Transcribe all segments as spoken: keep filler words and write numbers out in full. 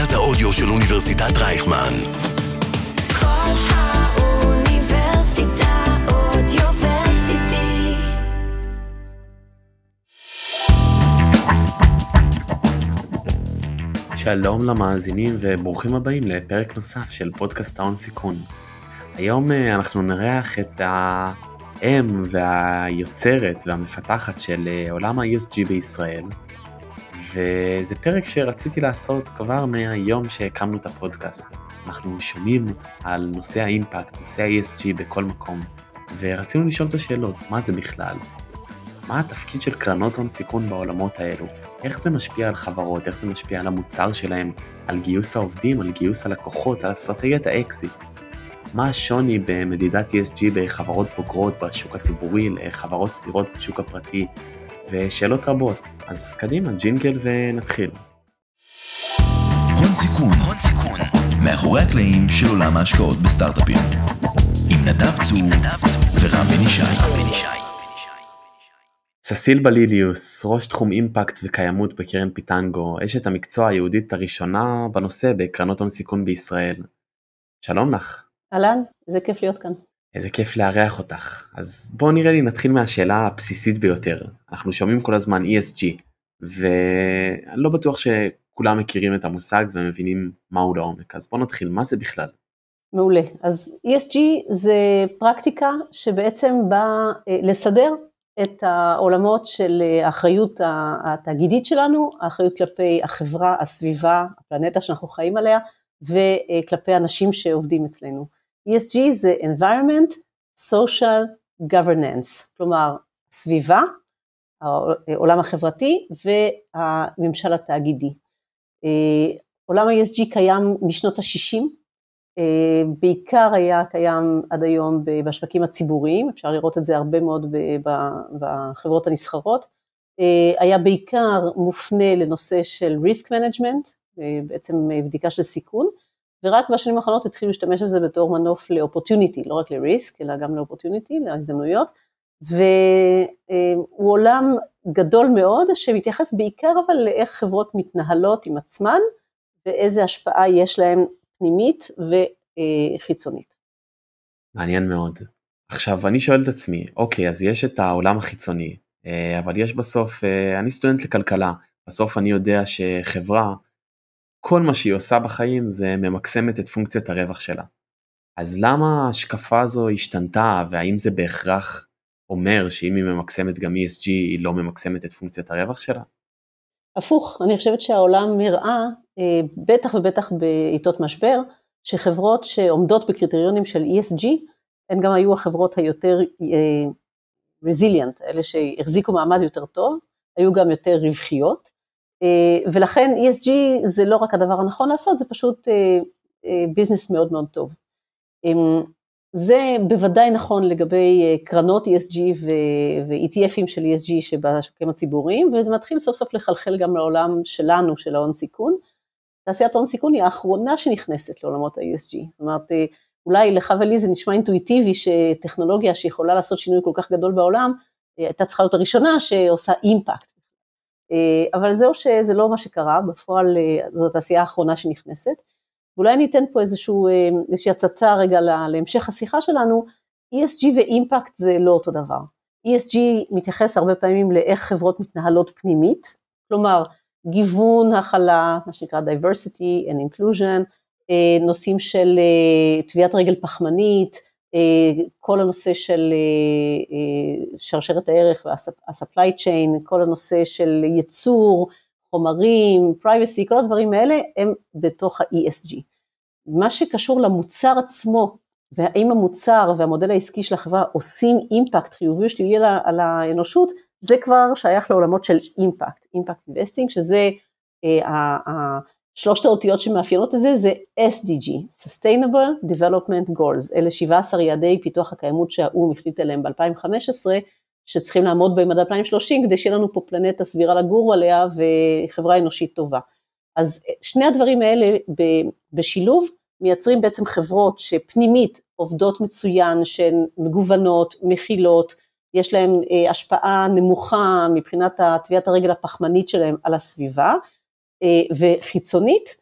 מרכז האודיו של אוניברסיטת רייכמן. כל האוניברסיטה אודיוורסיטי. שלום למאזינים וברוכים הבאים לפרק נוסף של פודקאסט ההון סיכון. היום אנחנו נראה את האם והיוצרת והמפתחת של עולם ה-אי אס ג'י בישראל, וזה פרק שרציתי לעשות כבר מהיום שהקמנו את הפודקאסט. אנחנו שומעים על נושא האימפקט, נושא ה-אי אס ג'י בכל מקום, ורצינו לשאול את השאלות, מה זה בכלל? מה התפקיד של קרנות הון סיכון בעולמות האלו? איך זה משפיע על חברות, איך זה משפיע על המוצר שלהם, על גיוס העובדים, על גיוס הלקוחות, על אסטרטגיית האקזיט? מה השוני במדידת אי אס ג'י בחברות בוגרות בשוק הציבורי לחברות צעירות בשוק הפרטי? ושאלות רבות. אז קדימה, ג'ינגל ונתחיל. הון סיכון, הון סיכון, מאחורי הקלעים של עולם ההשקעות בסטארט-אפים. עם נדב צור ורם בן ישי. ססיל בליליוס, ראש תחום אימפקט וקיימות בקרן פיטנגו, אשת המקצוע היהודית הראשונה בנושא בקרנות הון סיכון בישראל. שלום לך. אהלן, איזה כיף להיות כאן. איזה כיף לארח אותך. אז בואו נראה לי נתחיל מהשאלה הבסיסית ביותר. אנחנו שומעים כל הזמן אי אס ג'י, ואני לא בטוח שכולם מכירים את המושג ומבינים מהו לעומק. אז בואו נתחיל, מה זה בכלל? מעולה. אז אי אס ג'י זה פרקטיקה שבעצם באה לסדר את העולמות של האחריות התאגידית שלנו, האחריות כלפי החברה, הסביבה, הפלנטה שאנחנו חיים עליה, וכלפי אנשים שעובדים אצלנו. אי אס ג'י זה environment, social, governance, כלומר סביבה, העולם החברתי והממשל התאגידי. עולם ה-אי אס ג'י קיים משנות ה-שישים, בעיקר היה קיים עד היום בשווקים הציבוריים, אפשר לראות את זה הרבה מאוד בחברות הנסחרות, היה בעיקר מופנה לנושא של risk management, בעצם בדיקה של סיכון, ורק בשנים האחרונות התחילו להשתמש בזה בתור מנוף לאופורטיוניטי, לא רק לריסק, אלא גם לאופורטיוניטי, להזדמנויות, והוא עולם גדול מאוד, שמתייחס בעיקר אבל לאיך חברות מתנהלות עם עצמן, ואיזה השפעה יש להן פנימית וחיצונית. מעניין מאוד. עכשיו אני שואל את עצמי, אוקיי, אז יש את העולם החיצוני, אבל יש בסוף, אני סטודנט לכלכלה, בסוף אני יודע שחברה, כל מה שהיא עושה בחיים זה ממקסמת את פונקציית הרווח שלה. אז למה השקפה הזו השתנתה, והאם זה בהכרח אומר שאם היא ממקסמת גם אי אס ג'י, היא לא ממקסמת את פונקציית הרווח שלה? הפוך, אני חושבת שהעולם מראה, בטח ובטח בעיתות משבר, שחברות שעומדות בקריטריונים של אי אס ג'י, הן גם היו החברות היותר resilient, אלה שהחזיקו מעמד יותר טוב, היו גם יותר רווחיות, ולכן אי אס ג'י זה לא רק הדבר הנכון לעשות, זה פשוט ביזנס מאוד מאוד טוב. זה בוודאי נכון לגבי קרנות אי אס ג'י ו-אי טי אפים של אי אס ג'י שבשווקים הציבוריים, וזה מתחיל סוף סוף לחלחל גם לעולם שלנו, של ההון סיכון. תעשיית ההון סיכון היא האחרונה שנכנסת לעולמות ה-אי אס ג'י. זאת אומרת, אולי לך ולי זה נשמע אינטואיטיבי שטכנולוגיה שיכולה לעשות שינוי כל כך גדול בעולם, הייתה צריכה להיות הראשונה שעושה אימפקט. אבל זהו שזה לא מה שקרה, בפועל זו התעשייה האחרונה שנכנסת, ואולי ניתן פה איזשהו, איזושהי הצצה רגע להמשך השיחה שלנו, אי אס ג'י ואימפקט זה לא אותו דבר. אי אס ג'י מתייחס הרבה פעמים לאיך חברות מתנהלות פנימית, כלומר, גיוון, הכלה, מה שנקרא diversity and inclusion, נושאים של טביעת רגל פחמנית, כל הנושא של שרשרת הערך וה-supply chain, כל הנושא של ייצור, חומרים, privacy, כל הדברים האלה הם בתוך ה-אי אס ג'י. מה שקשור למוצר עצמו, והאם המוצר והמודל העסקי של החברה עושים אימפקט חיובי שלילי על האנושות, זה כבר שייך לעולמות של אימפקט, אימפקט אינבסטינג, שזה שלושת האותיות שמאפיינות את זה, זה אס די ג'י, Sustainable Development Goals, אלה שבעה עשר יעדי פיתוח הקיימות שהאו"ם החליט עליהם ב-אלפיים וחמש עשרה, שצריכים לעמוד בהם עד אלפיים ושלושים, כדי שיהיה לנו פה פלנטה סבירה לגור עליה, וחברה אנושית טובה. אז שני הדברים האלה בשילוב, מייצרים בעצם חברות שפנימית עובדות מצוין, שהן מגוונות, מכילות, יש להם השפעה נמוכה מבחינת טביעת הרגל הפחמנית שלהם על הסביבה, וחיצונית,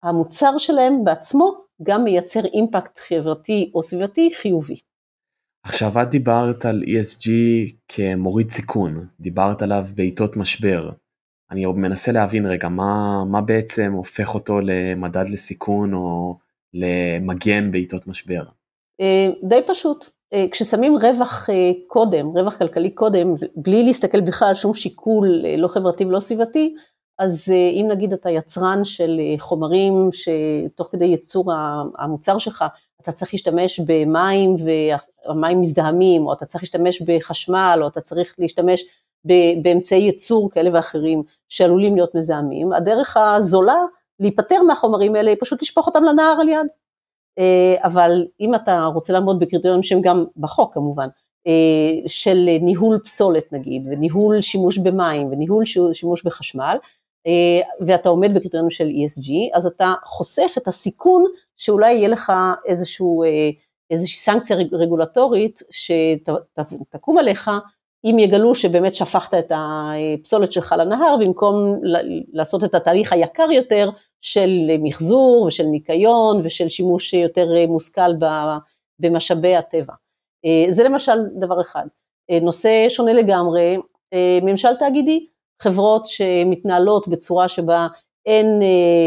המוצר שלהם בעצמו גם מייצר אימפקט חברתי או סביבתי חיובי. עכשיו את דיברת על E S G כמוריד סיכון, דיברת עליו בעיתות משבר. אני מנסה להבין רגע מה, מה בעצם הופך אותו למדד לסיכון או למגן בעיתות משבר. די פשוט, כששמים רווח קודם, רווח כלכלי קודם, בלי להסתכל בכלל על שום שיקול לא חברתי ולא סביבתי, אז אם נגיד אתה יצרן של חומרים שתוך כדי ייצור המוצר שלך, אתה צריך להשתמש במים והמים מזדהמים, או אתה צריך להשתמש בחשמל, או אתה צריך להשתמש באמצעי ייצור כאלה ואחרים שעלולים להיות מזהמים, הדרך הזולה להיפטר מהחומרים האלה היא פשוט לשפוך אותם לנהר על יד. אבל אם אתה רוצה לעמוד בקריטריונים שהם גם בחוק כמובן, של ניהול פסולת נגיד, וניהול שימוש במים, וניהול שימוש בחשמל, ואתה עומד בקריטריונים של E S G, אז אתה חוסך את הסיכון שאולי יהיה לך איזשהו, איזושהי סנקציה רגולטורית שתקום עליך, אם יגלו שבאמת שפכת את הפסולת שלך לנהר, במקום לעשות את התהליך היקר יותר של מחזור ושל ניקיון ושל שימוש יותר מושכל במשאבי הטבע. זה למשל דבר אחד. נושא שונה לגמרי, ממשל תאגידי, חברות שמתנהלות בצורה שבה אין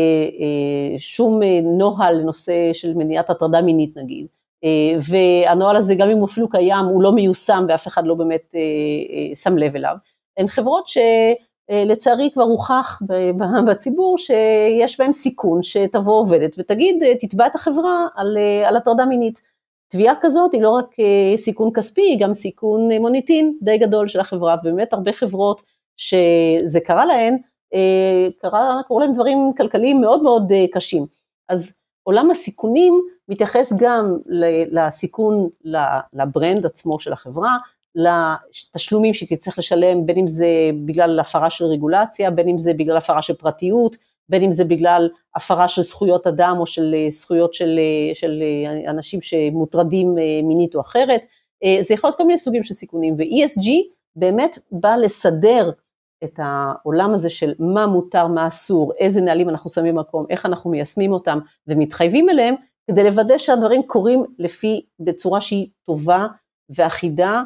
שום נוהל לנושא של מניעת הטרדה מינית נגיד, והנוהל הזה גם אם הוא אפילו קיים, הוא לא מיושם ואף אחד לא באמת שם לב אליו. הן חברות שלצערי כבר הוכח בציבור שיש בהם סיכון שתבוא עובדת ותגיד, תתבע את החברה על, על הטרדה מינית. תביעה כזאת היא לא רק סיכון כספי, היא גם סיכון מוניטין די גדול של החברה, ובאמת הרבה חברות שזה קרה להן, קרה, קראו להם דברים כלכליים מאוד מאוד קשים. אז עולם הסיכונים מתייחס גם לסיכון לברנד עצמו של החברה, לתשלומים שהיא תצטרך לשלם, בין אם זה בגלל הפרה של רגולציה, בין אם זה בגלל הפרה של פרטיות, בין אם זה בגלל הפרה של זכויות אדם או של זכויות של, של אנשים שמוטרדים מינית או אחרת. זה יכול להיות כל מיני סוגים של סיכונים, ו-E S G באמת בא לסדר את העולם הזה של מה מותר, מה אסור, איזה נהלים אנחנו שמים במקום, איך אנחנו מיישמים אותם ומתחייבים אליהם, כדי לוודא שהדברים קורים לפי, בצורה שהיא טובה ואחידה,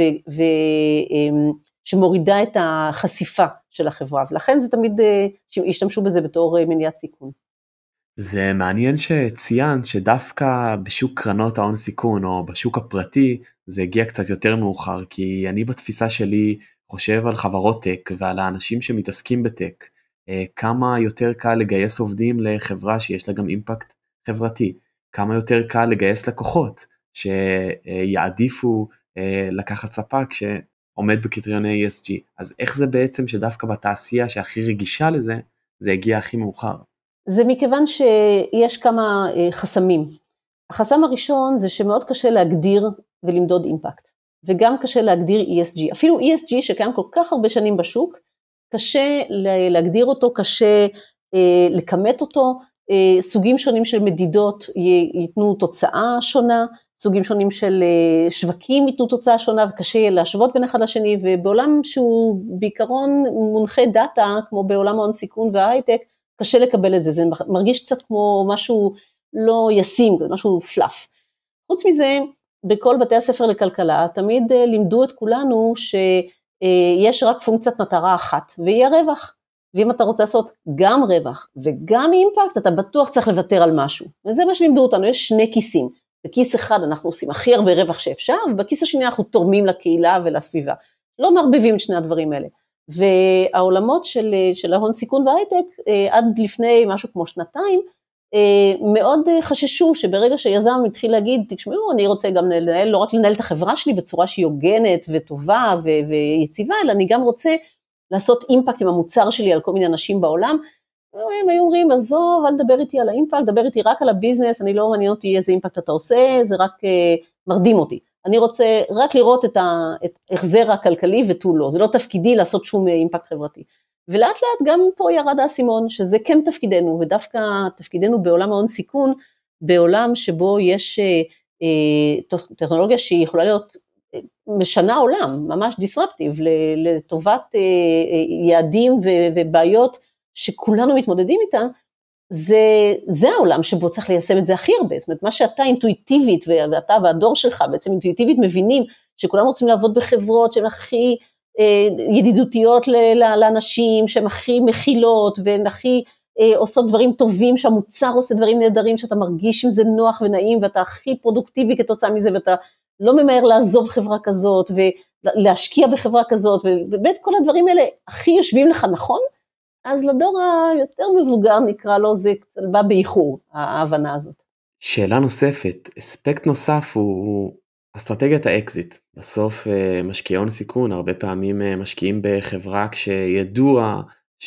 ושמורידה את החשיפה של החברה, ולכן זה תמיד, שישתמשו בזה בתור מניעת סיכון. זה מעניין שציינת שדווקא בשוק קרנות ההון סיכון, או בשוק הפרטי, זה הגיע קצת יותר מאוחר, כי אני בתפיסה שלי חושב על חברות טק, ועל האנשים שמתעסקים בטק, כמה יותר קל לגייס עובדים לחברה שיש לה גם אימפקט חברתי, כמה יותר קל לגייס לקוחות, שיעדיפו לקחת ספק שעומד בקריטריוני E S G, אז איך זה בעצם שדווקא בתעשייה שהכי רגישה לזה, זה הגיע הכי מאוחר? זה מכיוון שיש כמה חסמים. החסם הראשון זה שמאוד קשה להגדיר ולמדוד אימפקט, וגם קשה להגדיר E S G, אפילו E S G שקיים כל כך הרבה שנים בשוק, קשה להגדיר אותו, קשה לכמת אותו, סוגים שונים של מדידות ייתנו תוצאה שונה, סוגים שונים של שווקים ייתנו תוצאה שונה, וקשה להשוות בין אחד לשני, ובעולם שהוא בעיקרון מונחה דאטה, כמו בעולם ההון סיכון וההייטק, קשה לקבל את זה, זה מרגיש קצת כמו משהו לא ישים, משהו פלאף. חוץ מזה, בכל בתי הספר לכלכלה, תמיד לימדו את כולנו שיש רק פונקציית מטרה אחת, והיא הרווח. ואם אתה רוצה לעשות גם רווח וגם אימפקט, אתה בטוח צריך לוותר על משהו. וזה מה שלימדו אותנו, יש שני כיסים. בכיס אחד אנחנו עושים הכי הרבה רווח שאפשר, ובכיס השני אנחנו תורמים לקהילה ולסביבה. לא מערבבים את שני הדברים האלה. והעולמות של, של ההון סיכון וההייטק, עד לפני משהו כמו שנתיים, מאוד חששו שברגע שיזם התחיל להגיד, תשמעו, אני רוצה גם לנהל, לא רק לנהל את החברה שלי בצורה שהיא הוגנת וטובה ו- ויציבה, אלא אני גם רוצה לעשות אימפקט עם המוצר שלי על כל מיני אנשים בעולם. הם היו אומרים, עזוב, אל תדבר איתי על האימפקט, דבר איתי רק על הביזנס, אני לא מעניין אותי איזה אימפקט אתה עושה, זה רק מרדים אותי. אני רוצה רק לראות את ההחזר הכלכלי ותו לא, זה לא תפקידי לעשות שום אימפקט חברתי. ולאט לאט גם פה ירד האסימון, שזה כן תפקידנו, ודווקא תפקידנו בעולם ההון סיכון, בעולם שבו יש טכנולוגיה שהיא יכולה להיות משנה עולם, ממש דיסרפטיב, לטובת יעדים ובעיות שכולנו מתמודדים איתם, זה, זה העולם שבו צריך ליישם את זה הכי הרבה, זאת אומרת, מה שאתה אינטואיטיבית, ואתה והדור שלך בעצם אינטואיטיבית מבינים, שכולם רוצים לעבוד בחברות שהן הכי אה, ידידותיות לאנשים, שהן הכי מכילות, והן הכי אה, עושות דברים טובים, שהמוצר עושה דברים נהדרים, שאתה מרגיש עם זה נוח ונעים, ואתה הכי פרודוקטיבי כתוצאה מזה, ואתה לא ממהר לעזוב חברה כזאת, ולהשקיע בחברה כזאת, ובאמת כל הדברים האלה הכי יושבים לך נכון, אז לדור היותר מבוגר נקרא לו, זה קצת בא באיחור, ההבנה הזאת. שאלה נוספת, אספקט נוסף הוא אסטרטגיית האקזיט. בסוף משקיעי הון סיכון הרבה פעמים משקיעים בחברה כשידוע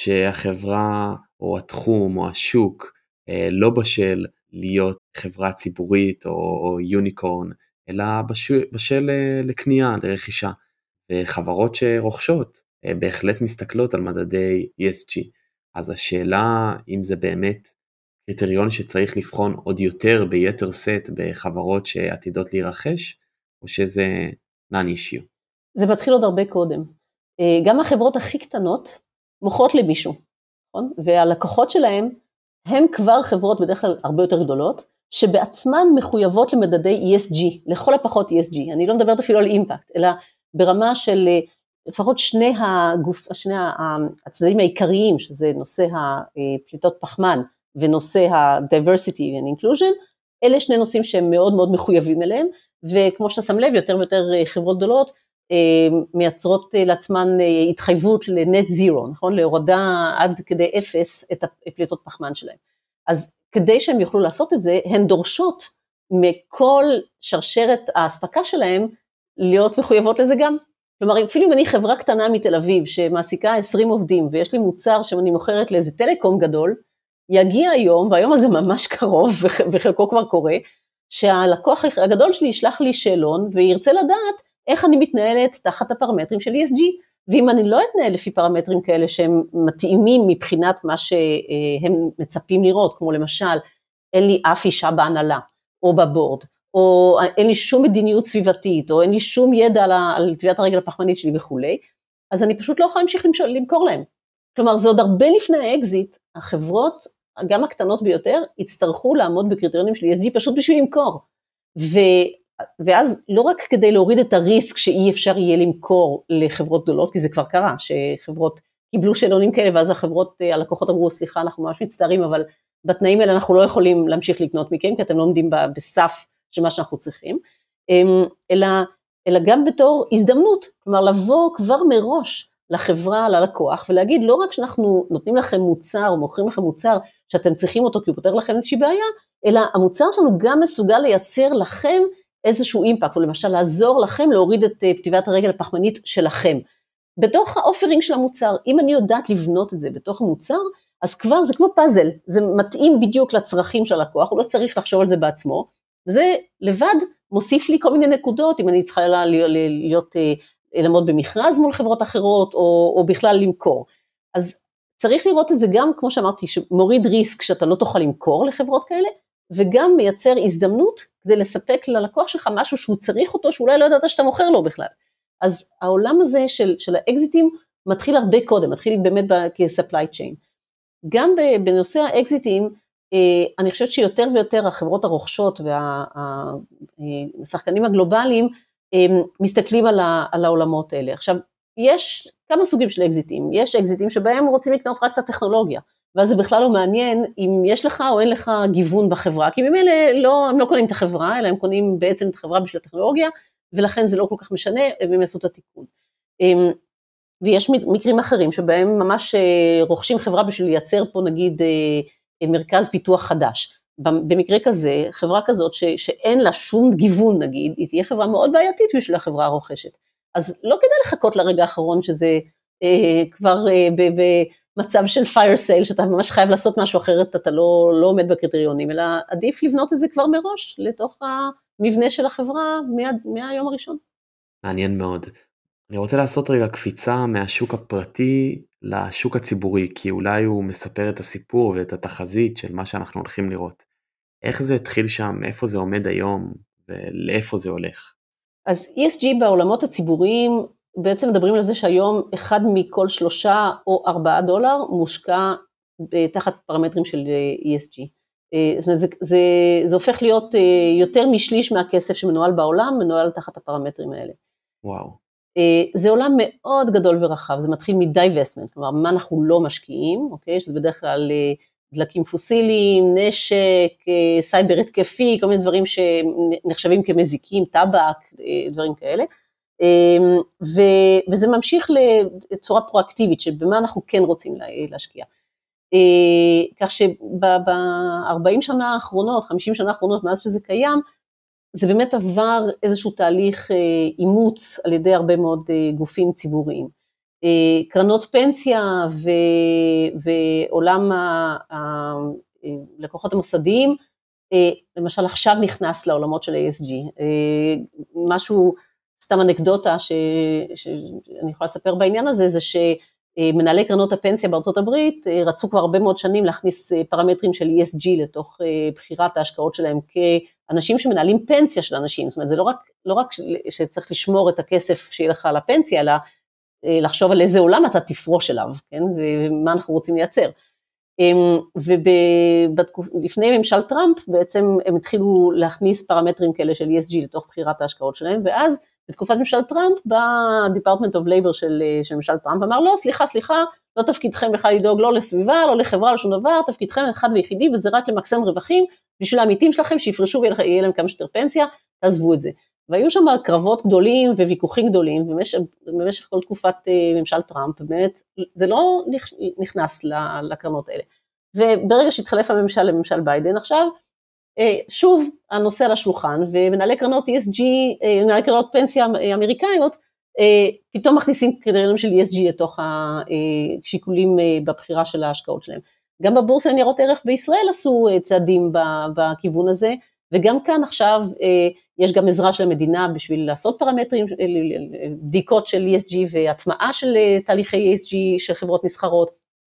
שהחברה או התחום או השוק לא בשל להיות חברה ציבורית או יוניקורן, אלא בשל לקנייה, לרכישה. וחברות שרוכשות בהחלט מסתכלות על מדדי E S G. אז השאלה אם זה באמת קריטריון שצריך לבחון עוד יותר ביתר סט בחברות שעתידות להירכש, או שזה non-issue? זה מתחיל עוד הרבה קודם. גם החברות הכי קטנות מוכרות למישהו, נכון? והלקוחות שלהם הם כבר חברות בדרך כלל הרבה יותר גדולות, שבעצמן מחויבות למדדי E S G, לכל הפחות E S G. אני לא מדברת אפילו על אימפקט, אלא ברמה של לפחות שני הגוף, שני הצדדים העיקריים, שזה נושא הפליטות פחמן, ונושא ה-diversity and inclusion, אלה שני נושאים שהם מאוד מאוד מחויבים אליהם, וכמו שאתה שם לב, יותר ויותר חברות גדולות, מייצרות לעצמן התחייבות לנט זירו, נכון? להורדה עד כדי אפס את הפליטות פחמן שלהם. אז כדי שהם יוכלו לעשות את זה, הן דורשות מכל שרשרת ההספקה שלהם, להיות מחויבות לזה גם. כלומר, אפילו אם אני חברה קטנה מתל אביב, שמעסיקה עשרים עובדים, ויש לי מוצר שאני מוכרת לאיזה טלקום גדול, יגיע היום, והיום הזה ממש קרוב, וחלקו כבר קורה, שהלקוח הגדול שלי ישלח לי שאלון, וירצה לדעת איך אני מתנהלת תחת הפרמטרים של E S G, ואם אני לא אתנהל לפי פרמטרים כאלה, שהם מתאימים מבחינת מה שהם מצפים לראות, כמו למשל, אין לי אף אישה בהנהלה, או בבורד, או אין לי שום מדיניות סביבתית, או אין לי שום ידע על, על טביעת הרגל הפחמנית שלי וכו', אז אני פשוט לא יכולה להמשיך למכור להם. כלומר, זה עוד הרבה לפני האקזיט, החברות, גם הקטנות ביותר, יצטרכו לעמוד בקריטריונים של E S G, פשוט בשביל למכור. ו, ואז לא רק כדי להוריד את הריסק, שאי אפשר יהיה למכור לחברות גדולות, כי זה כבר קרה, שחברות קיבלו שאלונים כאלה, ואז החברות, הלקוחות אמרו, סליחה, אנחנו ממש מצטערים, אבל בתנאים האלה אנחנו לא יכולים להמשיך לקנות מכם, כי אתם לא עומדים בסף של מה שאנחנו צריכים, אלא, אלא גם בתור הזדמנות, כלומר לבוא כבר מראש לחברה, ללקוח, ולהגיד לא רק שאנחנו נותנים לכם מוצר, או מוכרים לכם מוצר, שאתם צריכים אותו כי הוא פותר לכם איזושהי בעיה, אלא המוצר שלנו גם מסוגל לייצר לכם איזשהו אימפקט, או למשל לעזור לכם להוריד את פתיבת הרגל הפחמנית שלכם. בתוך האופרינג של המוצר, אם אני יודעת לבנות את זה בתוך המוצר, אז כבר זה כמו פאזל, זה מתאים בדיוק לצרכים של הלקוח, הוא לא צריך לחשוב על זה בעצמו, וזה לבד מוסיף לי כל מיני נקודות, אם אני צריכה להיות, להיות, לעמוד במכרז מול חברות אחרות, או, או בכלל למכור. אז צריך לראות את זה גם, כמו שאמרתי, שמוריד ריסק שאתה לא תוכל למכור לחברות כאלה, וגם מייצר הזדמנות כדי לספק ללקוח שלך משהו שהוא צריך אותו, שאולי לא ידעת שאתה מוכר לו בכלל. אז העולם הזה של, של האקזיטים מתחיל הרבה קודם, מתחיל באמת כ-supply chain. גם בנושא האקזיטים, אני חושבת שיותר ויותר החברות הרוכשות והשחקנים הגלובליים מסתכלים על העולמות האלה. עכשיו, יש כמה סוגים של אקזיטים. יש אקזיטים שבהם רוצים לקנות רק את הטכנולוגיה, ואז זה בכלל לא מעניין אם יש לך או אין לך גיוון בחברה, כי ממילא לא, הם לא קונים את החברה, אלא הם קונים בעצם את החברה בשביל הטכנולוגיה, ולכן זה לא כל כך משנה, והם יעשו את התיקון. ויש מקרים אחרים שבהם ממש רוכשים חברה בשביל לייצר פה נגיד מרכז פיתוח חדש. במקרה כזה, חברה כזאת ש, שאין לה שום גיוון נגיד, היא תהיה חברה מאוד בעייתית בשביל החברה הרוכשת. אז לא כדאי לחכות לרגע האחרון שזה אה, כבר אה, במצב של fire sale, שאתה ממש חייב לעשות משהו אחרת, אתה לא, לא עומד בקריטריונים, אלא עדיף לבנות את זה כבר מראש, לתוך המבנה של החברה מה, מהיום הראשון. מעניין מאוד. אני רוצה לעשות רגע קפיצה מהשוק הפרטי לשוק הציבורי, כי אולי הוא מספר את הסיפור ואת התחזית של מה שאנחנו הולכים לראות. איך זה התחיל שם, איפה זה עומד היום ולאיפה זה הולך? אז E S G בעולמות הציבוריים, בעצם מדברים על זה שהיום אחד מכל שלושה או ארבעה דולר מושקע תחת פרמטרים של E S G. זאת אומרת, זה, זה, זה הופך להיות יותר משליש מהכסף שמנוהל בעולם, מנוהל תחת הפרמטרים האלה. וואו. זה עולם מאוד גדול ורחב, זה מתחיל מ-divestment, כלומר, מה אנחנו לא משקיעים, אוקיי? שזה בדרך כלל דלקים פוסיליים, נשק, סייבר התקפי, כל מיני דברים שנחשבים כמזיקים, טבק, דברים כאלה. ו, וזה ממשיך לצורה פרואקטיבית, שבמה אנחנו כן רוצים להשקיע. כך שב-ארבעים שנה האחרונות, חמישים שנה האחרונות, מאז שזה קיים, זה באמת עבר איזשהו תהליך אימוץ על ידי הרבה מאוד גופים ציבוריים. קרנות פנסיה ועולם הלקוחות המוסדיים, למשל עכשיו נכנס לעולמות של E S G. משהו, סתם אנקדוטה שאני יכולה לספר בעניין הזה, זה שמנהלי קרנות הפנסיה בארצות הברית רצו כבר הרבה מאוד שנים להכניס פרמטרים של E S G לתוך בחירת ההשקעות שלהם כאנשים שמנהלים פנסיה של אנשים. זאת אומרת, זה לא רק, לא רק שצריך לשמור את הכסף שיהיה לך על הפנסיה, אלא לחשוב על איזה עולם אתה תפרוש אליו, כן? ומה אנחנו רוצים לייצר. ולפני ממשל טראמפ, בעצם הם התחילו להכניס פרמטרים כאלה של E S G לתוך בחירת ההשקעות שלהם, ואז בתקופת ממשל טראמפ, בא ה-Department of Labor של, של ממשל טראמפ, אמר, לא, סליחה, סליחה, לא תפקידכם בכלל לדאוג לא לסביבה, לא לחברה, לא שום דבר, תפקידכם אחד ויחידי, וזה רק למקסם רווחים, בשביל העמיתים שלכם שיפרשו ויהיה להם כמה שיותר פנסיה, תעזבו את זה. והיו שם קרבות גדולים וויכוחים גדולים, במשך, במשך כל תקופת ממשל טראמפ, באמת, זה לא נכנס לקרנות האלה. וברגע שהתחלף הממשל לממשל ביידן, עכשיו, שוב, הנושא על השולחן, ומנהלי קרנות E S G, מנהלי קרנות פנסיה אמריקאיות, פתאום מכניסים קריטריונים של E S G לתוך השיקולים בבחירה של ההשקעות שלהם. גם בבורסה לניירות ערך בישראל עשו צעדים בכיוון הזה, וגם כאן עכשיו יש גם עזרה של המדינה בשביל לעשות פרמטרים, בדיקות של E S G והטמעה של תהליכי E S G של חברות נסחרות,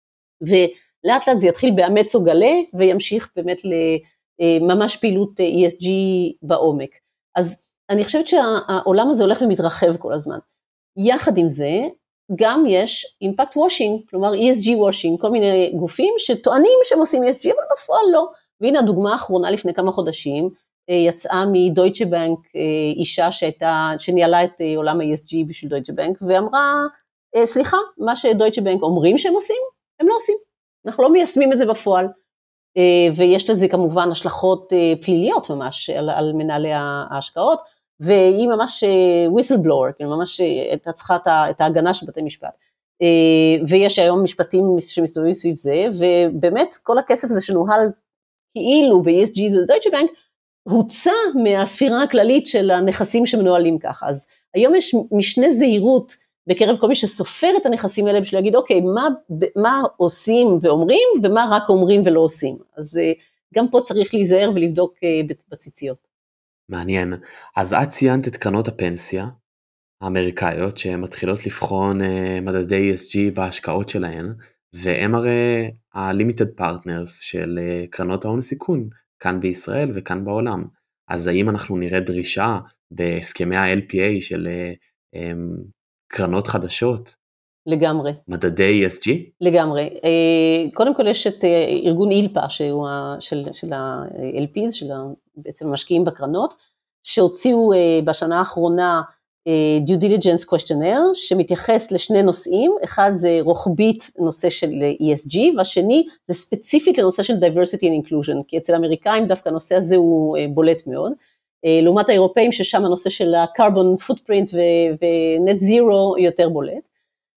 ולאט לאט זה יתחיל באמץ או גלה, וימשיך באמת לממש פעילות E S G בעומק. אז אני חושבת שהעולם הזה הולך ומתרחב כל הזמן. יחד עם זה, גם יש impact washing, כלומר E S G washing, כל מיני גופים שטוענים שהם עושים E S G, אבל בפועל לא. והנה הדוגמה האחרונה לפני כמה חודשים, יצאה מדויטשה בנק, אישה שהייתה, שניהלה את עולם ה-E S G בשביל דויטשה בנק, ואמרה, סליחה, מה שדויטשה בנק אומרים שהם עושים, הם לא עושים. אנחנו לא מיישמים את זה בפועל, ויש לזה כמובן השלכות פליליות ממש על, על מנהלי ההשקעות, והיא ממש whistleblower, ממש הייתה צריכה את ההגנה של בתי משפט. ויש היום משפטים שמסתובבים סביב זה, ובאמת כל הכסף הזה שנוהל כאילו ב-E S G לדויטשה בנק, הוצא מהספירה הכללית של הנכסים שמנוהלים ככה. אז היום יש משנה זהירות בקרב כל מי שסופר את הנכסים האלה, בשביל להגיד, אוקיי, מה, מה עושים ואומרים, ומה רק אומרים ולא עושים. אז גם פה צריך להיזהר ולבדוק בציציות. מעניין. אז את ציינת את קרנות הפנסיה האמריקאיות, שמתחילות לבחון מדדי E S G בהשקעות שלהן, והם הרי ה-limited partners של קרנות ההון סיכון, כאן בישראל וכאן בעולם. אז האם אנחנו נראה דרישה בהסכמי ה-L P A של קרנות חדשות? לגמרי. מדדי E S G? לגמרי. קודם כל יש את ארגון אילפה, שהוא של, של ה-L Ps, של בעצם המשקיעים בקרנות, שהוציאו בשנה האחרונה due diligence questionnaire, שמתייחס לשני נושאים, אחד זה רוחבית נושא של E S G, והשני זה ספציפית לנושא של diversity and inclusion, כי אצל האמריקאים דווקא הנושא הזה הוא בולט מאוד, לעומת האירופאים ששם הנושא של ה-carbon footprint ו-net zero יותר בולט,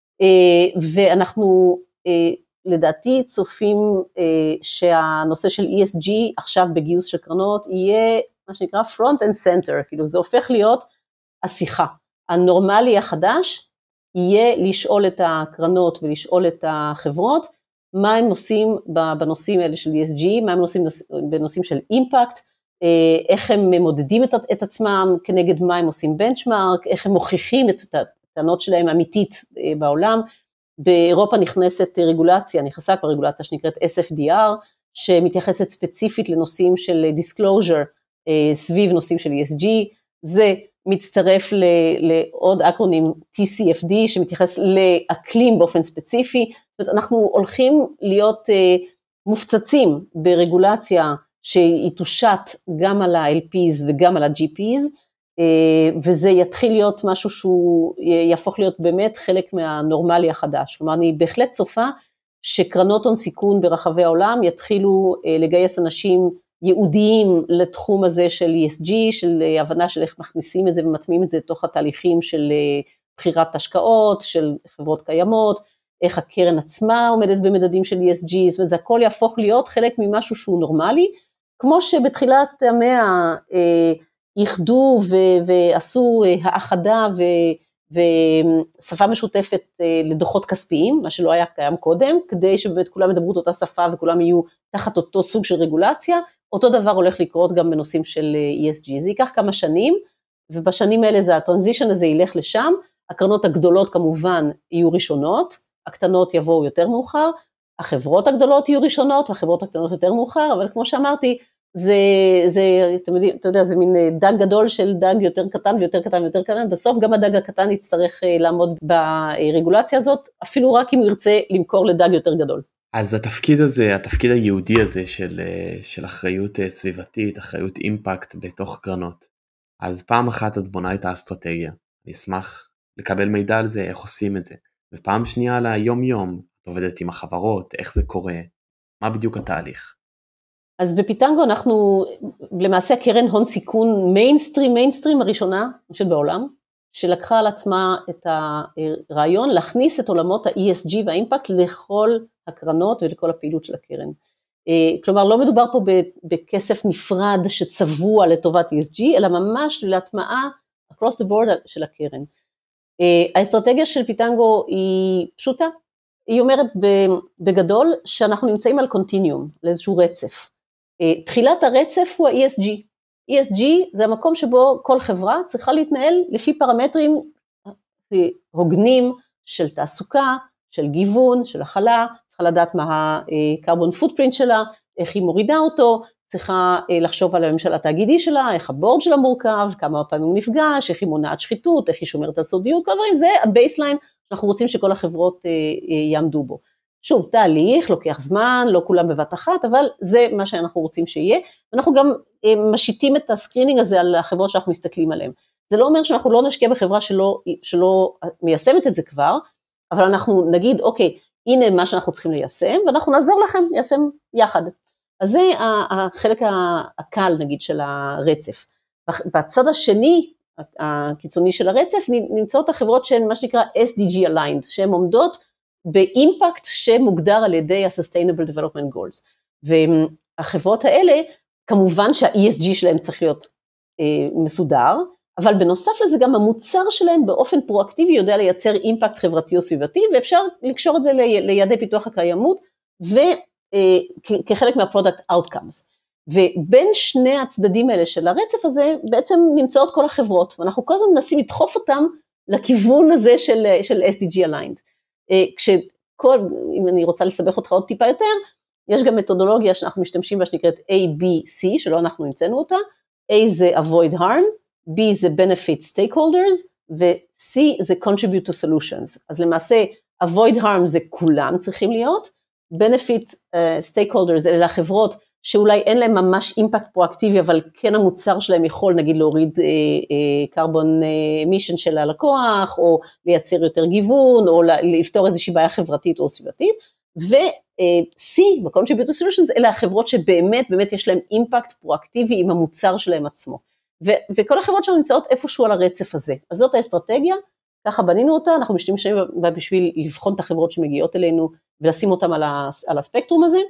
ואנחנו לדעתי צופים שהנושא של E S G עכשיו בגיוס של קרנות יהיה מה שנקרא front and center, כאילו זה הופך להיות השיחה. הנורמלי החדש יהיה לשאול את הקרנות ולשאול את החברות, מה הם עושים בנושאים האלה של E S G, מה הם עושים בנושאים של אימפקט, איך הם מודדים את עצמם, כנגד מה הם עושים בנצ'מארק, איך הם מוכיחים את הטענות שלהם אמיתית בעולם. באירופה נכנסת רגולציה, נכנסה כבר רגולציה שנקראת S F D R, שמתייחסת ספציפית לנושאים של disclosure, סביב נושאים של E S G, זה מצטרף לעוד אקרונים טי סי אף די, שמתייחס לאקלים באופן ספציפי, זאת אומרת, אנחנו הולכים להיות מופצצים ברגולציה, שהיא תושת גם על ה-אל פיז וגם על ה-ג'י פיז, וזה יתחיל להיות משהו שהוא יהפוך להיות באמת חלק מהנורמלי החדש. כלומר, אני בהחלט צופה שקרנות הון סיכון ברחבי העולם יתחילו לגייס אנשים ייעודיים לתחום הזה של אי אס ג'י, של הבנה של איך מכניסים את זה ומטמיעים את זה תוך התהליכים של בחירת השקעות, של חברות קיימות, איך הקרן עצמה עומדת במדדים של אי אס ג'י, זאת אומרת, זה הכל יהפוך להיות חלק ממשהו שהוא נורמלי, כמו שבתחילת המאה ייחדו ועשו האחדה ושפה משותפת לדוחות כספיים, מה שלא היה קיים קודם, כדי שבאמת כולם ידברו את אותה שפה וכולם יהיו תחת אותו סוג של רגולציה, אותו דבר הולך לקרות גם בנושאים של אי אס ג'י, זה ייקח כמה שנים, ובשנים האלה זה הטרנזישן הזה ילך לשם, הקרנות הגדולות כמובן יהיו ראשונות, הקטנות יבואו יותר מאוחר, החברות הגדולות יהיו ראשונות, והחברות הקטנות יותר מאוחר, אבל כמו שאמרתי, זה, זה, אתם יודעים, אתה יודע, זה מין דג גדול של דג יותר קטן ויותר קטן ויותר קטן, בסוף גם הדג הקטן יצטרך לעמוד ברגולציה הזאת, אפילו רק אם הוא ירצה למכור לדג יותר גדול. אז התפקיד הזה, התפקיד היהודי הזה של, של אחריות סביבתית, אחריות אימפקט בתוך קרנות, אז פעם אחת את בונה את האסטרטגיה, אני אשמח לקבל מידע על זה, איך עושים את זה, ופעם שנייה על היום יום, את עובדת עם החברות, איך זה קורה, מה בדיוק התהליך? אז בפיטנגו אנחנו, למעשה הקרן הון סיכון מיינסטרים, מיינסטרים הראשונה, אני חושבת בעולם, שלקחה על עצמה את הרעיון להכניס את עולמות ה-אי אס ג'י והאימפקט לכל הקרנות ולכל הפעילות של הקרן. כלומר, לא מדובר פה בכסף נפרד שצבוע לטובת אי אס ג'י, אלא ממש להטמעה across the board של הקרן. האסטרטגיה של פיטנגו היא פשוטה, היא אומרת בגדול שאנחנו נמצאים על קונטיניום, לאיזשהו רצף. תחילת הרצף הוא ה-אי אס ג'י. אי אס ג'י זה המקום שבו כל חברה צריכה להתנהל לפי פרמטרים הוגנים של תעסוקה, של גיוון, של החלה, צריכה לדעת מה ה-carbon footprint שלה, איך היא מורידה אותו, צריכה לחשוב על הממשל התאגידי שלה, איך הבורד שלה מורכב, כמה פעמים הוא נפגש, איך היא מונעת שחיתות, איך היא שומרת על סודיות, כל הדברים, זה הבייסליין שאנחנו רוצים שכל החברות יעמדו בו. שוב, תהליך, לוקח זמן, לא כולם בבת אחת, אבל זה מה שאנחנו רוצים שיהיה, ואנחנו גם משיתים את הסקרינינג הזה על החברות שאנחנו מסתכלים עליהן. זה לא אומר שאנחנו לא נשקיע בחברה שלא, שלא מיישמת את זה כבר, אבל אנחנו נגיד, אוקיי, הנה מה שאנחנו צריכים ליישם, ואנחנו נעזור לכם ליישם יחד. אז זה החלק הקל, נגיד, של הרצף. בצד השני, הקיצוני של הרצף, נמצאות החברות שהן מה שנקרא אס די ג'י aligned, שהן עומדות באימפקט שמוגדר על ידי ה-Sustainable Development Goals. והחברות האלה, כמובן שה-אי אס ג'י שלהם צריך להיות אה, מסודר, אבל בנוסף לזה גם המוצר שלהם באופן פרואקטיבי יודע לייצר אימפקט חברתי או סביבתי, ואפשר לקשור את זה ליעדי פיתוח הקיימות, וכחלק מה-Product Outcomes. ובין שני הצדדים האלה של הרצף הזה, בעצם נמצאות כל החברות, ואנחנו כל הזמן מנסים לדחוף אותם לכיוון הזה של, של אס די ג'י aligned. כשכל, אם אני רוצה לסבך אותך עוד טיפה יותר, יש גם מתודולוגיה שאנחנו משתמשים בה שנקראת איי בי סי, שלא אנחנו המצאנו אותה, A זה avoid harm, B זה benefit stakeholders, ו-C זה contribute to solutions. אז למעשה, avoid harm זה כולם צריכים להיות, benefit uh, stakeholders אלה החברות שאולי אין להם ממש אימפקט פרואקטיבי, אבל כן המוצר שלהם יכול נגיד להוריד קרבון מישן של הלקוח, או לייצר יותר גיוון, או לפתור איזושהי בעיה חברתית או סביבתית, ו-C, ב-Contribute to Solutions, אלה החברות שבאמת, באמת יש להם אימפקט פרואקטיבי עם המוצר שלהם עצמו. ו- וכל החברות שלנו נמצאות איפשהו על הרצף הזה. אז זאת האסטרטגיה, ככה בנינו אותה, אנחנו משתמשים בה בשביל לבחון את החברות שמגיעות אלינו, ולשים אותם על, ה- על הספקטרום הזה,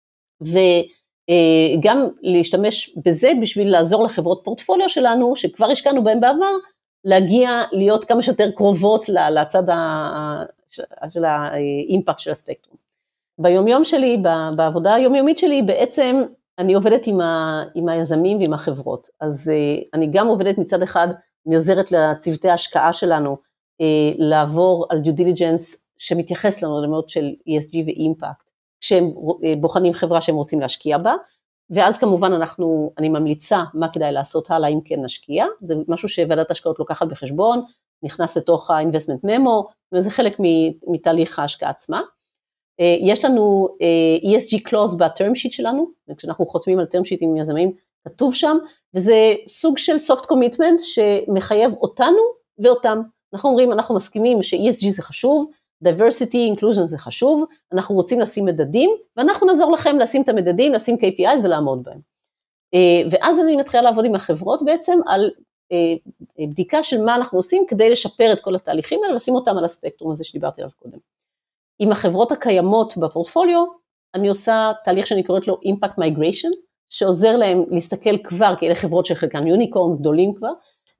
וגם להשתמש בזה בשביל לעזור לחברות פורטפוליו שלנו, שכבר השקענו בהם בעבר, להגיע להיות כמה שיותר קרובות לצד ה- של האימפקט של הספקטרום. ביומיום שלי, בעבודה היומיומית שלי, בעצם אני עובדת עם, ה, עם היזמים ועם החברות, אז uh, אני גם עובדת מצד אחד, אני עוזרת לצוותי ההשקעה שלנו, uh, לעבור על due diligence שמתייחס לנו למאות של אי אס ג'י ואימפקט, כשהם uh, בוחנים חברה שהם רוצים להשקיע בה, ואז כמובן אנחנו, אני ממליצה מה כדאי לעשות הלאה אם כן נשקיע, זה משהו שוועדת השקעות לוקחת בחשבון, נכנס לתוך ה-investment memo, וזה חלק מתהליך ההשקעה עצמה. יש לנו E S G clause ב-term sheet שלנו, כשאנחנו חותמים על term sheet עם יזמים, כתוב שם, וזה סוג של soft commitment שמחייב אותנו ואותם. אנחנו אומרים, אנחנו מסכימים ש-E S G זה חשוב, diversity, inclusion זה חשוב, אנחנו רוצים לשים מדדים, ואנחנו נעזור לכם לשים את המדדים, לשים K P Is ולעמוד בהם. ואז אני מתחילה לעבוד עם החברות בעצם על בדיקה של מה אנחנו עושים כדי לשפר את כל התהליכים האלה, ולשים אותם על הספקטרום הזה שדיברתי עליו קודם. עם החברות הקיימות בפורטפוליו, אני עושה תהליך שאני קוראת לו Impact Migration, שעוזר להם להסתכל כבר, כי אלה חברות של חלקן יוניקורנס גדולים כבר,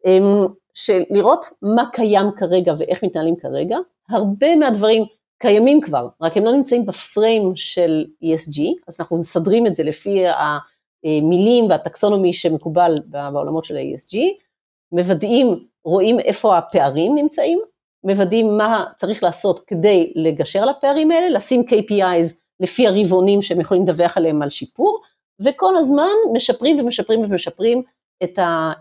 של לראות מה קיים כרגע ואיך מתנהלים כרגע, הרבה מהדברים קיימים כבר, רק הם לא נמצאים בפריים של E S G, אז אנחנו מסדרים את זה לפי המילים והטקסונומי שמקובל בעולמות של ה-E S G, מוודאים, רואים איפה הפערים נמצאים, מוודאים מה צריך לעשות כדי לגשר על הפערים האלה, לשים K P Is לפי הרבעונים שהם יכולים לדווח עליהם על שיפור, וכל הזמן משפרים ומשפרים ומשפרים את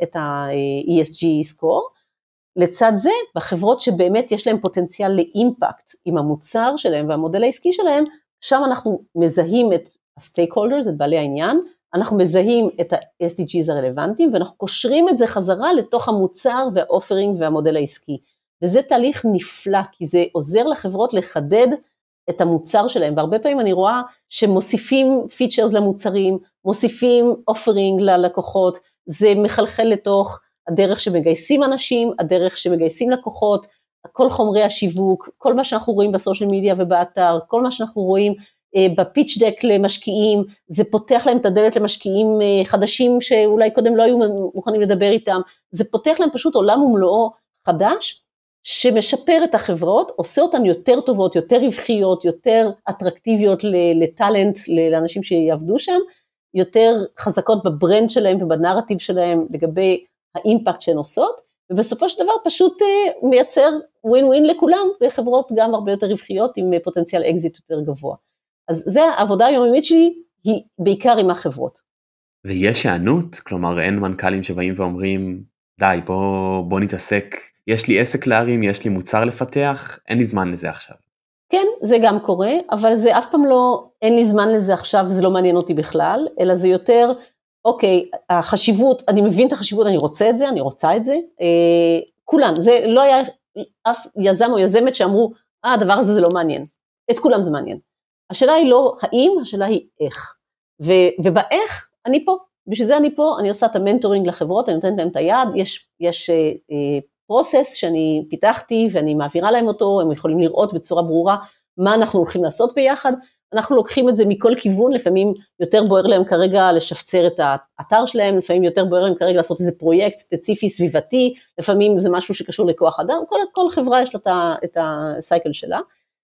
ה-E S G score. לצד זה, בחברות שבאמת יש להם פוטנציאל לאימפקט עם המוצר שלהם והמודל העסקי שלהם, שם אנחנו מזהים את ה-stakeholders, את בעלי העניין, אנחנו מזהים את ה-S D Gs הרלוונטיים, ואנחנו קושרים את זה חזרה לתוך המוצר והאופרינג והמודל העסקי. וזה תהליך נפלא, כי זה עוזר לחברות לחדד את המוצר שלהם, והרבה פעמים אני רואה שמוסיפים פיצ'רס למוצרים, מוסיפים אופרינג ללקוחות, זה מחלחל לתוך הדרך שמגייסים אנשים, הדרך שמגייסים לקוחות, כל חומרי השיווק, כל מה שאנחנו רואים בסושיאל מדיה ובאתר, כל מה שאנחנו רואים בפיץ' דק למשקיעים, זה פותח להם את הדלת למשקיעים חדשים שאולי קודם לא היו מוכנים לדבר איתם, זה פותח להם פשוט עולם ומלואו חדש, שמשפר את החברות, עושה אותן יותר טובות, יותר רווחיות, יותר אטרקטיביות לטלנט, לאנשים שיעבדו שם, יותר חזקות בברנד שלהם ובנרטיב שלהם לגבי האימפקט שהן עושות, ובסופו של דבר פשוט מייצר ווין ווין לכולם, וחברות גם הרבה יותר רווחיות עם פוטנציאל אקזיט יותר גבוה. אז זה העבודה היומיומית שלי, היא בעיקר עם החברות. ויש הענות, כלומר אין מנכ"לים שבאים ואומרים, די בוא, בוא נתעסק, יש לי עסק להרים, יש לי מוצר לפתח, אין לי זמן לזה עכשיו. כן, זה גם קורה, אבל זה אף פעם לא, אין לי זמן לזה עכשיו, זה לא מעניין אותי בכלל, אלא זה יותר, אוקיי, החשיבות, אני מבין את החשיבות, אני רוצה את זה, אני רוצה את זה, אה, כולן, זה לא היה אף יזם או יזמת שאמרו, אה, הדבר הזה זה לא מעניין, את כולם זה מעניין. השאלה היא לא האם, השאלה היא איך, ו, ובאיך אני פה, בשביל זה אני פה, אני עושה את המנטורינג לחברות, אני נותנת להם את היד, יש, יש אה, אה, פרוסס שאני פיתחתי ואני מעבירה להם אותו, הם יכולים לראות בצורה ברורה מה אנחנו הולכים לעשות ביחד, אנחנו לוקחים את זה מכל כיוון, לפעמים יותר בוער להם כרגע לשפצר את האתר שלהם, לפעמים יותר בוער להם כרגע לעשות איזה פרויקט ספציפי סביבתי, לפעמים זה משהו שקשור לכוח אדם, כל, כל חברה יש לה את הסייקל שלה,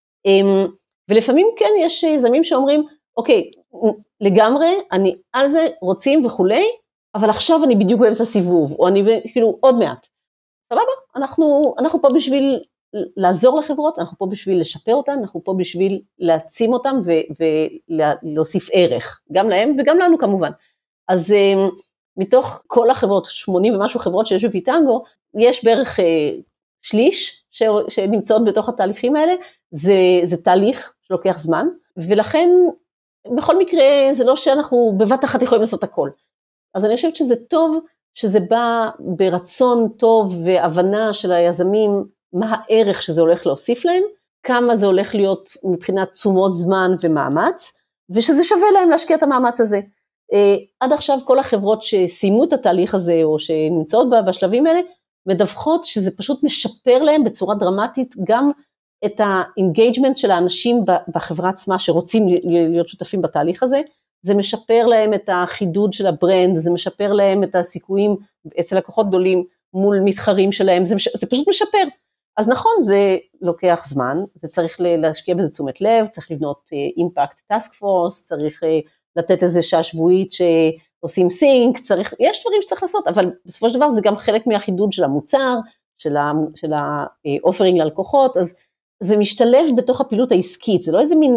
ולפעמים כן יש יזמים שאומרים, אוקיי, לגמרי, אני על זה רוצים וכולי, אבל עכשיו אני בדיוק באמצע סיבוב, או אני כאילו עוד מעט, סבבה, אנחנו, אנחנו פה בשביל לעזור לחברות, אנחנו פה בשביל לשפר אותן, אנחנו פה בשביל להעצים אותן ולהוסיף ערך, גם להם וגם לנו כמובן. אז מתוך כל החברות, שמונים ומשהו חברות שיש בפיטנגו, יש בערך שליש שנמצאות בתוך התהליכים האלה, זה, זה תהליך שלוקח זמן, ולכן בכל מקרה זה לא שאנחנו בבת אחת יכולים לעשות הכל. אז אני חושבת שזה טוב, שזה בא ברצון טוב והבנה של היזמים, מה הערך שזה הולך להוסיף להם, כמה זה הולך להיות מבחינת תשומות זמן ומאמץ, ושזה שווה להם להשקיע את המאמץ הזה. עד עכשיו כל החברות שסיימו את התהליך הזה, או שנמצאות בשלבים האלה, מדווחות שזה פשוט משפר להם בצורה דרמטית, גם את האינגייג'מנט של האנשים בחברה עצמה, שרוצים להיות שותפים בתהליך הזה, זה משפר להם את החידוד של הברנד, זה משפר להם את הסיכויים אצל לקוחות גדולים מול מתחרים שלהם, זה, זה פשוט משפר. אז נכון, זה לוקח זמן, זה צריך להשקיע בזה תשומת לב, צריך לבנות אימפקט טאסק פורס, צריך לתת איזה שעה שבועית שעושים סינק, צריך, יש דברים שצריך לעשות, אבל בסופו של דבר זה גם חלק מהחידוד של המוצר, של האופרינג ללקוחות, אז זה משתלב בתוך הפעילות העסקית, זה לא איזה מין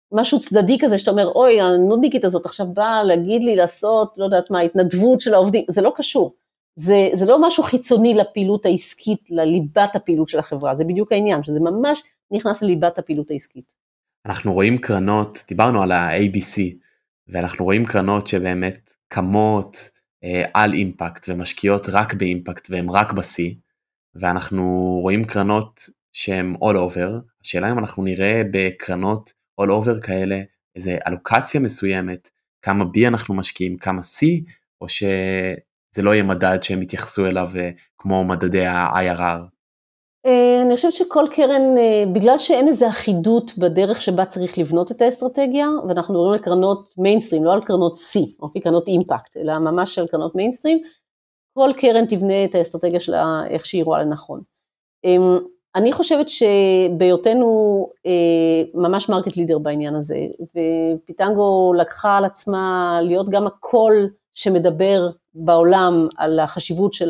משהו צדדי כזה, שאתה אומר, אוי, הנודניקית הזאת עכשיו באה להגיד לי לעשות, לא יודעת מה, התנדבות של העובדים, זה לא קשור. זה, זה לא משהו חיצוני לפעילות העסקית, לליבת הפעילות של החברה, זה בדיוק העניין, שזה ממש נכנס לליבת הפעילות העסקית. אנחנו רואים קרנות, דיברנו על ה-איי בי סי, ואנחנו רואים קרנות שבאמת קמות אה, על אימפקט, ומשקיעות רק באימפקט, והן רק ב-C, ואנחנו רואים קרנות שהן all over, השאלה אם אנחנו נראה בקרנות all over כאלה, איזה אלוקציה מסוימת, כמה B אנחנו משקיעים, כמה C, או שזה לא יהיה מדד שהם יתייחסו אליו כמו מדדי ה-איי אר אר? אני חושבת שכל קרן, בגלל שאין איזו אחידות בדרך שבה צריך לבנות את האסטרטגיה, ואנחנו מדברים על קרנות מיינסטרים, לא על קרנות C, אוקיי, קרנות אימפקט, אלא ממש על קרנות מיינסטרים, כל קרן תבנה את האסטרטגיה שלה איך שהיא רואה לנכון. אני חושבת שבהיותנו ממש מרקט לידר בעניין הזה, ופיטנגו לקחה על עצמה להיות גם הקול שמדבר בעולם על החשיבות של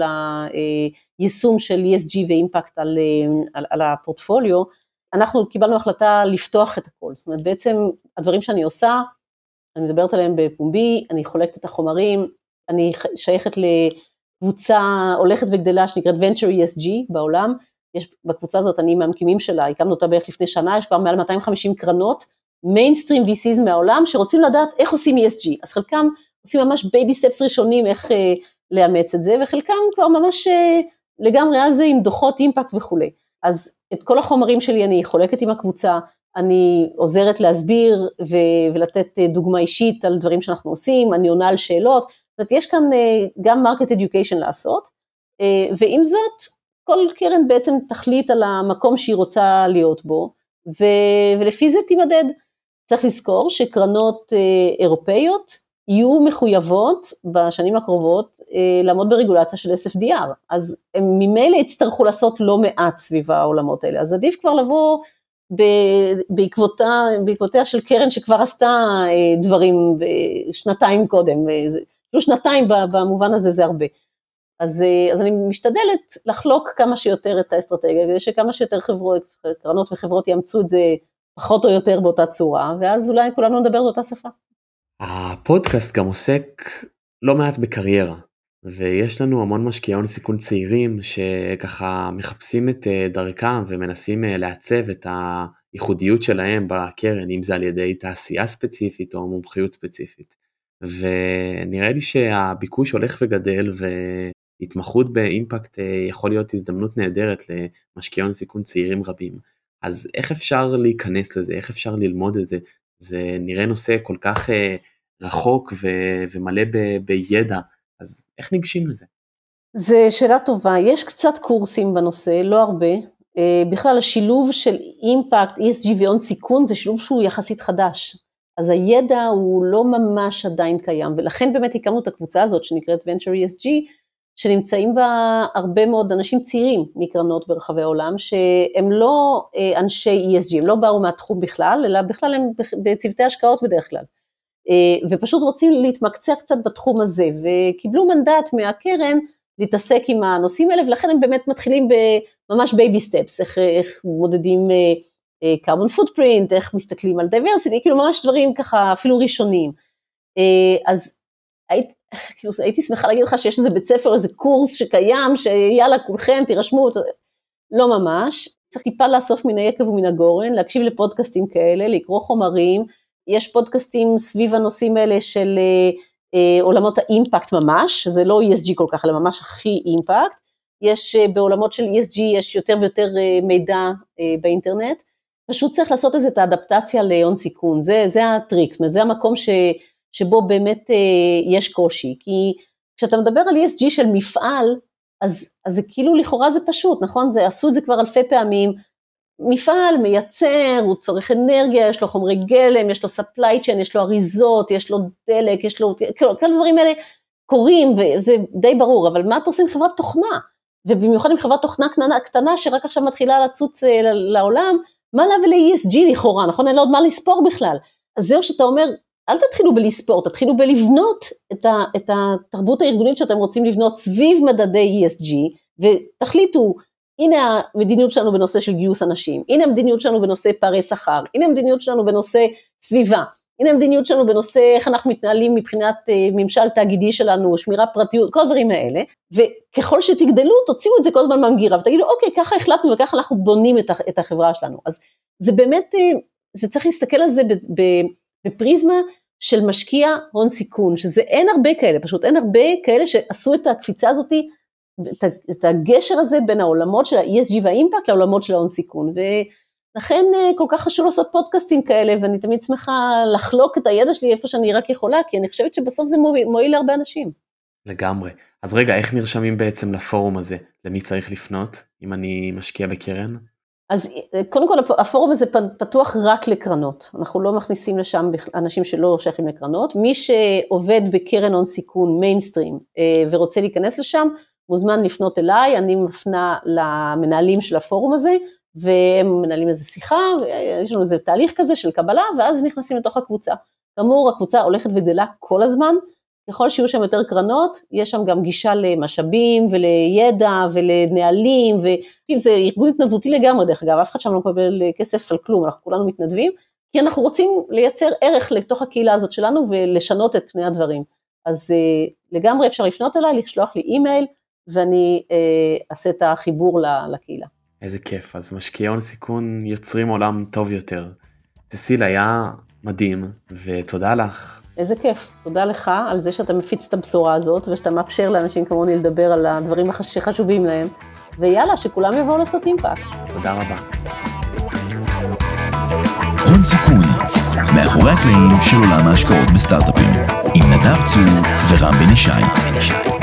היישום של אי אס ג'י ואימפקט על, על, על הפורטפוליו, אנחנו קיבלנו החלטה לפתוח את הכל. זאת אומרת, בעצם הדברים שאני עושה, אני מדברת עליהם בפומבי, אני חולקת את החומרים, אני שייכת לקבוצה הולכת וגדלה שנקראת Venture אי אס ג'י בעולם, יש בקבוצה הזאת, אני מהמקימים שלה, הקמנו אותה בערך לפני שנה, יש כבר מעל מאתיים וחמישים קרנות, מיינסטרים וי סיז מהעולם, שרוצים לדעת איך עושים אי אס ג'י, אז חלקם עושים ממש בייבי סטפס ראשונים, איך אה, לאמץ את זה, וחלקם כבר ממש אה, לגמרי על זה, עם דוחות אימפקט וכו'. אז את כל החומרים שלי אני חולקת עם הקבוצה, אני עוזרת להסביר, ו- ולתת דוגמה אישית על דברים שאנחנו עושים, אני עונה על שאלות, זאת אומרת, יש כאן אה, גם מרקט אדיוקיישן לעשות, אה, ועם זאת, כל קרן בעצם תחליט על המקום שהיא רוצה להיות בו, ו- ולפי זה תימדד. צריך לזכור שקרנות אה, אירופאיות יהיו מחויבות בשנים הקרובות אה, לעמוד ברגולציה של אס אף די אר, אז הם ממילא יצטרכו לעשות לא מעט סביב העולמות האלה, אז עדיף כבר לבוא ב- בעקבותה, בעקבותיה של קרן שכבר עשתה אה, דברים שנתיים קודם, אה, זה, אפילו שנתיים במובן הזה זה הרבה. אז, אז אני משתדלת לחלוק כמה שיותר את האסטרטגיה, כדי שכמה שיותר חברות, קרנות וחברות יאמצו את זה פחות או יותר באותה צורה, ואז אולי כולנו נדבר באותה שפה. הפודקאסט גם עוסק לא מעט בקריירה, ויש לנו המון משקיעי הון סיכון צעירים, שככה מחפשים את דרכם, ומנסים לעצב את הייחודיות שלהם בקרן, אם זה על ידי תעשייה ספציפית, או מומחיות ספציפית. ונראה לי שהביקוש הולך וגדל, ו... התמחות באימפקט יכול להיות הזדמנות נהדרת למשקיעי הון סיכון צעירים רבים. אז איך אפשר להיכנס לזה? איך אפשר ללמוד את זה? זה נראה נושא כל כך רחוק ו- ומלא ב- בידע. אז איך ניגשים לזה? זו שאלה טובה. יש קצת קורסים בנושא, לא הרבה. בכלל השילוב של אימפקט, אי אס ג'י והון סיכון זה שילוב שהוא יחסית חדש. אז הידע הוא לא ממש עדיין קיים, ולכן באמת הקמנו את הקבוצה הזאת שנקראת Venture אי אס ג'י, שנמצאים בה הרבה מאוד אנשים צעירים מקרנות ברחבי העולם, שהם לא אנשי אי אס ג'י, הם לא באו מהתחום בכלל, אלא בכלל הם בצוותי השקעות בדרך כלל, ופשוט רוצים להתמקצע קצת בתחום הזה, וקיבלו מנדט מהקרן להתעסק עם הנושאים האלה, ולכן הם באמת מתחילים בממש בייבי סטפס, איך, איך מודדים carbon footprint, איך מסתכלים על diversity, כאילו ממש דברים ככה אפילו ראשוניים. אז היית, כאילו, הייתי שמחה להגיד לך שיש איזה בית ספר, איזה קורס שקיים, שיאללה כולכם תירשמו, לא ממש, צריך טיפה לאסוף מן היקב ומן הגורן, להקשיב לפודקאסטים כאלה, לקרוא חומרים, יש פודקאסטים סביב הנושאים האלה של אה, עולמות האימפקט ממש, זה לא אי אס ג'י כל כך, אלא ממש הכי אימפקט, יש אה, בעולמות של אי אס ג'י, יש יותר ויותר אה, מידע אה, באינטרנט, פשוט צריך לעשות איזו אדפטציה להון סיכון, זה, זה הטריק, זאת אומרת, זה המקום ש... שבו באמת אה, יש קושי, כי כשאתה מדבר על אי אס ג'י של מפעל, אז, אז זה כאילו לכאורה זה פשוט, נכון? זה, עשו את זה כבר אלפי פעמים, מפעל מייצר, הוא צורך אנרגיה, יש לו חומרי גלם, יש לו supply chain, יש לו אריזות, יש לו דלק, יש לו, כל, כל הדברים האלה קורים, וזה די ברור, אבל מה אתה עושה עם חברת תוכנה? ובמיוחד עם חברת תוכנה קטנה, קטנה שרק עכשיו מתחילה לצוץ אה, לעולם, מה לה ול-אי אס ג'י לכאורה, נכון? אין לו עוד מה לספור בכלל. אז זהו שאתה אומר, אל תתחילו בלספור, תתחילו בלבנות את, ה, את התרבות הארגונית שאתם רוצים לבנות סביב מדדי אי אס ג'י, ותחליטו הנה המדיניות שלנו בנושא של גיוס אנשים, הנה המדיניות שלנו בנושא פערי שכר, הנה המדיניות שלנו בנושא סביבה, הנה המדיניות שלנו בנושא איך אנחנו מתנהלים מבחינת ממשל תאגידי שלנו, שמירה פרטיות, כל הדברים האלה, וככל שתגדלו, תוציאו את זה כל הזמן מהמגירה, ותגידו, אוקיי, ככה החלטנו וככה אנחנו בונים את החברה שלנו. אז זה באמת, זה צריך להסתכל על זה בפריזמה של משקיע הון סיכון, שזה אין הרבה כאלה, פשוט אין הרבה כאלה שעשו את הקפיצה הזאת, את הגשר הזה בין העולמות של ה-אי אס ג'י והאימפקט לעולמות של ההון סיכון, ולכן כל כך חשוב לעשות פודקאסטים כאלה, ואני תמיד שמחה לחלוק את הידע שלי איפה שאני רק יכולה, כי אני חושבת שבסוף זה מועיל להרבה אנשים. לגמרי. אז רגע, איך נרשמים בעצם לפורום הזה? למי צריך לפנות, אם אני משקיע בקרן? אז קודם כל, הפורום הזה פתוח רק לקרנות, אנחנו לא מכניסים לשם אנשים שלא שייכים לקרנות, מי שעובד בקרן הון סיכון מיינסטרים, ורוצה להיכנס לשם, מוזמן לפנות אליי, אני מפנה למנהלים של הפורום הזה, והם מנהלים איזו שיחה, יש לנו איזה תהליך כזה של קבלה, ואז נכנסים לתוך הקבוצה. כאמור, הקבוצה הולכת וגדלה כל הזמן, ככל שיהיו שם יותר קרנות, יש שם גם גישה למשאבים ולידע ולנהלים, ואם זה ארגון התנדבותי לגמרי, דרך אגב, אף אחד שם לא מקבל כסף על כלום, אנחנו כולנו מתנדבים, כי אנחנו רוצים לייצר ערך לתוך הקהילה הזאת שלנו, ולשנות את פני הדברים. אז לגמרי אפשר לפנות אליי, לשלוח לי אימייל, ואני אעשה את החיבור לקהילה. איזה כיף, אז משקיעי הון סיכון יוצרים עולם טוב יותר. ססיל, היה מדהים, ותודה לך. איזה כיף, תודה לך על זה שאתה מפיץ את הבשורה הזאת, ושאתה מאפשר לאנשים כמוני לדבר על הדברים שחשובים להם, ויאללה, שכולם יבואו לעשות אימפקט. תודה רבה. הון סיכון, מאחורי הקלעים של עולם ההשקעות בסטארט-אפים, עם נדב צור ורם בן ישי.